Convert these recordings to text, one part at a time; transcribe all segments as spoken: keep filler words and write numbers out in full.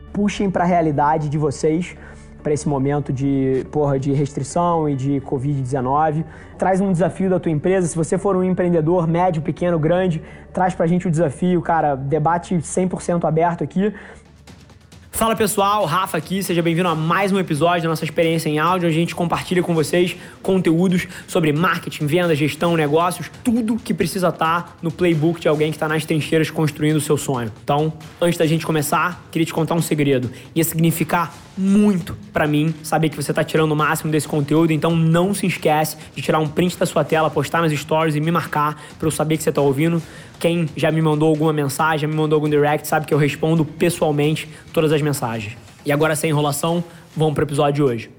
puxem para a realidade de vocês, para esse momento de, porra, de restrição e de covid dezenove. Traz um desafio da tua empresa. Se você for um empreendedor médio, pequeno, grande, traz pra gente o desafio, cara. Debate cem por cento aberto aqui. Fala pessoal, Rafa aqui, seja bem-vindo a mais um episódio da nossa experiência em áudio, onde a gente compartilha com vocês conteúdos sobre marketing, venda, gestão, negócios, tudo que precisa estar no playbook de alguém que está nas trincheiras construindo o seu sonho. Então, antes da gente começar, queria te contar um segredo. Ia significar muito pra mim saber que você tá tirando o máximo desse conteúdo, então não se esquece de tirar um print da sua tela, postar nas stories e me marcar pra eu saber que você tá ouvindo. Quem já me mandou alguma mensagem, já me mandou algum direct, sabe que eu respondo pessoalmente todas as mensagens. E agora, sem enrolação, vamos pro episódio de hoje.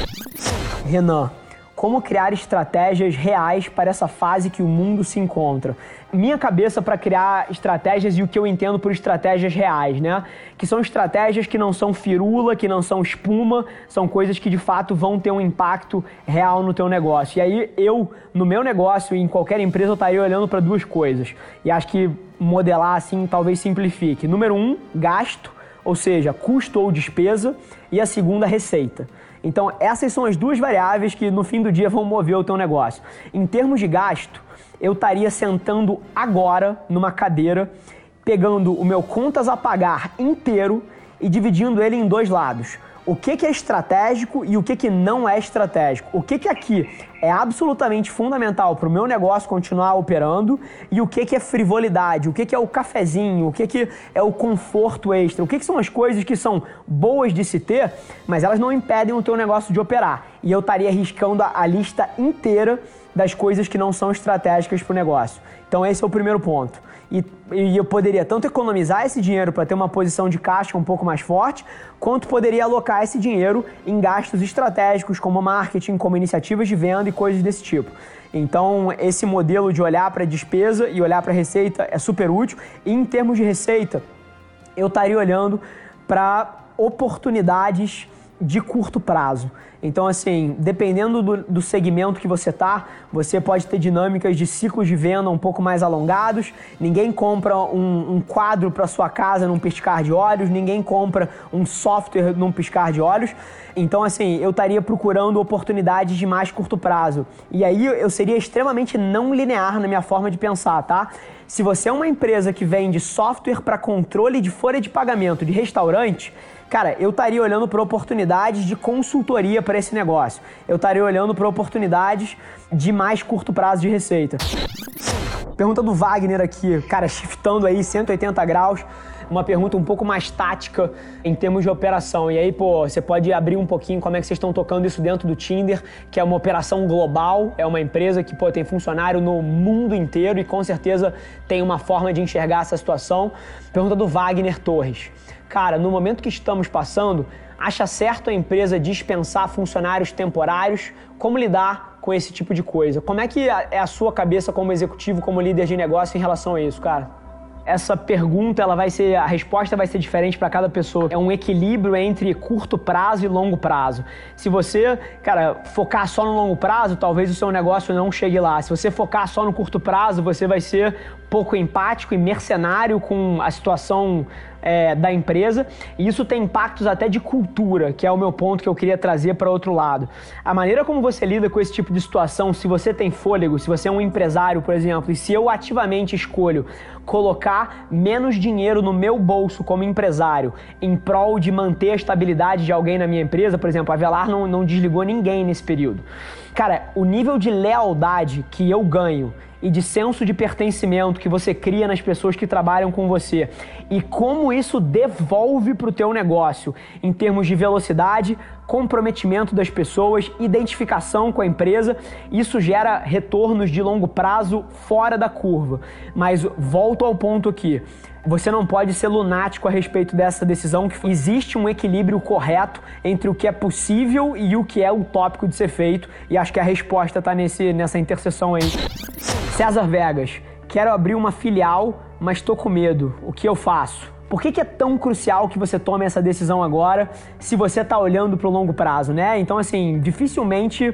Renan, como criar estratégias reais para essa fase que o mundo se encontra? Minha cabeça para criar estratégias e o que eu entendo por estratégias reais, né? Que são estratégias que não são firula, que não são espuma, são coisas que de fato vão ter um impacto real no teu negócio. E aí eu, no meu negócio e em qualquer empresa, eu estaria olhando para duas coisas. E acho que modelar assim talvez simplifique. Número um, gasto, ou seja, custo ou despesa. E a segunda, receita. Então, essas são as duas variáveis que no fim do dia vão mover o teu negócio. Em termos de gasto, eu estaria sentando agora numa cadeira, pegando o meu contas a pagar inteiro e dividindo ele em dois lados. O que que é estratégico e o que que não é estratégico. O que que aqui é absolutamente fundamental para o meu negócio continuar operando e o que que é frivolidade, o que que é o cafezinho, o que que é o conforto extra, o que que são as coisas que são boas de se ter, mas elas não impedem o teu negócio de operar. E eu estaria arriscando a, a lista inteira das coisas que não são estratégicas para o negócio. Então esse é o primeiro ponto. E, e eu poderia tanto economizar esse dinheiro para ter uma posição de caixa um pouco mais forte, quanto poderia alocar esse dinheiro em gastos estratégicos como marketing, como iniciativas de venda e coisas desse tipo. Então esse modelo de olhar para a despesa e olhar para a receita é super útil. E em termos de receita, eu estaria olhando para oportunidades de curto prazo. Então, assim, dependendo do, do segmento que você tá, você pode ter dinâmicas de ciclos de venda um pouco mais alongados. Ninguém compra um, um quadro para sua casa num piscar de olhos, ninguém compra um software num piscar de olhos. Então, assim, eu estaria procurando oportunidades de mais curto prazo. E aí eu seria extremamente não linear na minha forma de pensar, tá? Se você é uma empresa que vende software para controle de folha de pagamento de restaurante, cara, eu estaria olhando para oportunidades de consultoria para esse negócio. Eu estaria olhando para oportunidades de mais curto prazo de receita. Pergunta do Wagner aqui, cara, shiftando aí cento e oitenta graus. Uma pergunta um pouco mais tática em termos de operação. E aí, pô, você pode abrir um pouquinho como é que vocês estão tocando isso dentro do Tinder, que é uma operação global, é uma empresa que, pô, tem funcionário no mundo inteiro e com certeza tem uma forma de enxergar essa situação. Pergunta do Wagner Torres. Cara, no momento que estamos passando, acha certo a empresa dispensar funcionários temporários? Como lidar com esse tipo de coisa? Como é que é a sua cabeça como executivo, como líder de negócio em relação a isso, cara? Essa pergunta, ela vai ser, a resposta vai ser diferente para cada pessoa. É um equilíbrio entre curto prazo e longo prazo. Se você, cara, focar só no longo prazo, talvez o seu negócio não chegue lá. Se você focar só no curto prazo, você vai ser pouco empático e mercenário com a situação é, da empresa. E isso tem impactos até de cultura, que é o meu ponto que eu queria trazer para outro lado. A maneira como você lida com esse tipo de situação, se você tem fôlego, se você é um empresário, por exemplo, e se eu ativamente escolho colocar menos dinheiro no meu bolso como empresário em prol de manter a estabilidade de alguém na minha empresa, por exemplo, a Avelar não, não desligou ninguém nesse período. Cara, o nível de lealdade que eu ganho e de senso de pertencimento que você cria nas pessoas que trabalham com você e como isso devolve para o teu negócio em termos de velocidade, comprometimento das pessoas, identificação com a empresa, isso gera retornos de longo prazo fora da curva. Mas volto ao ponto aqui, você não pode ser lunático a respeito dessa decisão, que existe um equilíbrio correto entre o que é possível e o que é utópico de ser feito, e acho que a resposta está nesse, nessa interseção aí. César Vegas, quero abrir uma filial, mas estou com medo, o que eu faço? Por que que é tão crucial que você tome essa decisão agora, se você está olhando para o longo prazo, né? Então, assim, dificilmente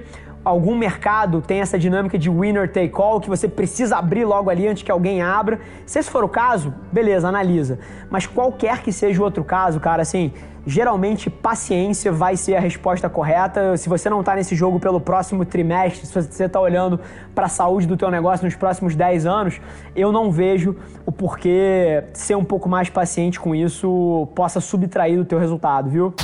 algum mercado tem essa dinâmica de winner take all, que você precisa abrir logo ali antes que alguém abra. Se esse for o caso, beleza, analisa. Mas qualquer que seja o outro caso, cara, assim, geralmente paciência vai ser a resposta correta. Se você não tá nesse jogo pelo próximo trimestre, se você tá olhando para a saúde do teu negócio nos próximos dez anos, eu não vejo o porquê ser um pouco mais paciente com isso possa subtrair do teu resultado, viu?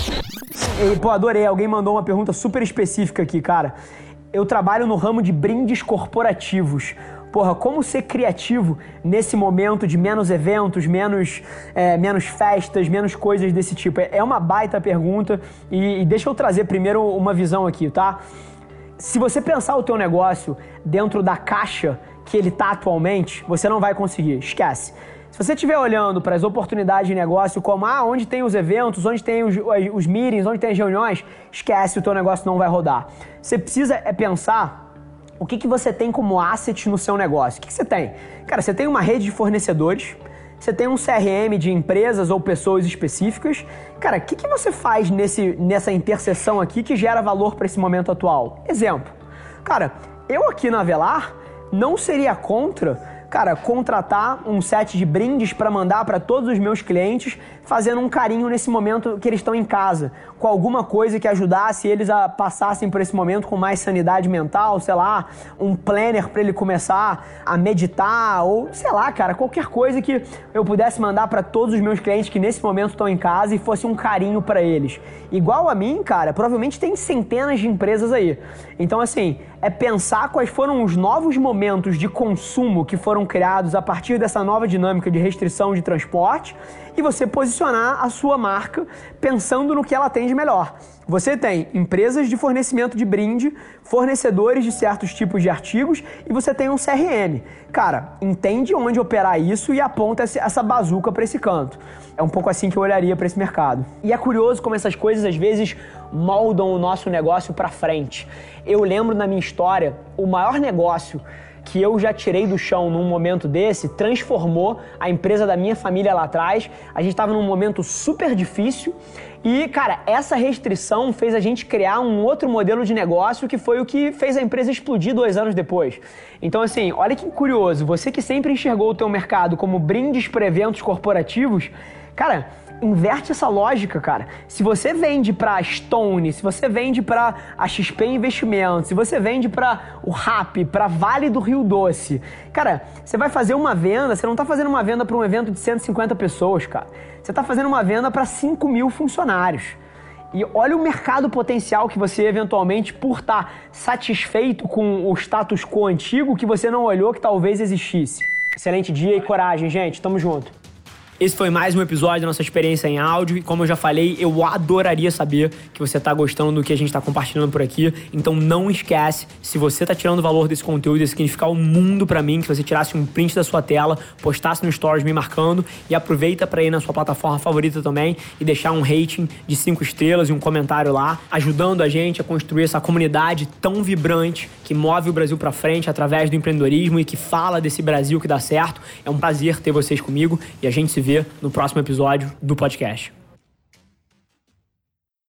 E, pô, adorei. Alguém mandou uma pergunta super específica aqui, cara. Eu trabalho no ramo de brindes corporativos. Porra, como ser criativo nesse momento de menos eventos, menos, é, menos festas, menos coisas desse tipo? É uma baita pergunta e, e deixa eu trazer primeiro uma visão aqui, tá? Se você pensar o teu negócio dentro da caixa que ele tá atualmente, você não vai conseguir, esquece. Se você estiver olhando para as oportunidades de negócio como, ah, onde tem os eventos, onde tem os, os meetings, onde tem as reuniões, esquece, o teu negócio não vai rodar. Você precisa é pensar o que, que você tem como asset no seu negócio. O que, que você tem? Cara, você tem uma rede de fornecedores, você tem um C R M de empresas ou pessoas específicas. Cara, o que, que você faz nesse, nessa interseção aqui que gera valor para esse momento atual? Exemplo. Cara, eu aqui na Avelar não seria contra, cara, contratar um set de brindes para mandar para todos os meus clientes, fazendo um carinho nesse momento que eles estão em casa, com alguma coisa que ajudasse eles a passassem por esse momento com mais sanidade mental, sei lá, um planner para ele começar a meditar ou, sei lá, cara, qualquer coisa que eu pudesse mandar para todos os meus clientes que nesse momento estão em casa e fosse um carinho para eles. Igual a mim, cara, provavelmente tem centenas de empresas aí. Então, assim, é pensar quais foram os novos momentos de consumo que foram criados a partir dessa nova dinâmica de restrição de transporte e você posicionar a sua marca pensando no que ela tem de melhor. Você tem empresas de fornecimento de brinde, fornecedores de certos tipos de artigos e você tem um C R M. Cara, entende onde operar isso e aponta essa bazuca para esse canto. É um pouco assim que eu olharia para esse mercado. E é curioso como essas coisas às vezes moldam o nosso negócio para frente. Eu lembro na minha história, o maior negócio que eu já tirei do chão num momento desse, transformou a empresa da minha família lá atrás. A gente estava num momento super difícil e, cara, essa restrição fez a gente criar um outro modelo de negócio que foi o que fez a empresa explodir dois anos depois. Então, assim, olha que curioso, você que sempre enxergou o teu mercado como brindes para eventos corporativos, cara, inverte essa lógica, cara. Se você vende para Stone, se você vende para a X P Investimentos, se você vende para o R A P, para Vale do Rio Doce, cara, você vai fazer uma venda, você não tá fazendo uma venda para um evento de cento e cinquenta pessoas, cara. Você tá fazendo uma venda para cinco mil funcionários. E olha o mercado potencial que você eventualmente, por estar satisfeito com o status quo antigo, que você não olhou que talvez existisse. Excelente dia e coragem, gente. Tamo junto. Esse foi mais um episódio da nossa experiência em áudio e como eu já falei, eu adoraria saber que você tá gostando do que a gente tá compartilhando por aqui, então não esquece, se você tá tirando valor desse conteúdo, isso significa o mundo pra mim, que você tirasse um print da sua tela, postasse no Stories me marcando e aproveita pra ir na sua plataforma favorita também e deixar um rating de cinco estrelas e um comentário lá, ajudando a gente a construir essa comunidade tão vibrante que move o Brasil pra frente através do empreendedorismo e que fala desse Brasil que dá certo. É um prazer ter vocês comigo e a gente se vê no próximo episódio do podcast.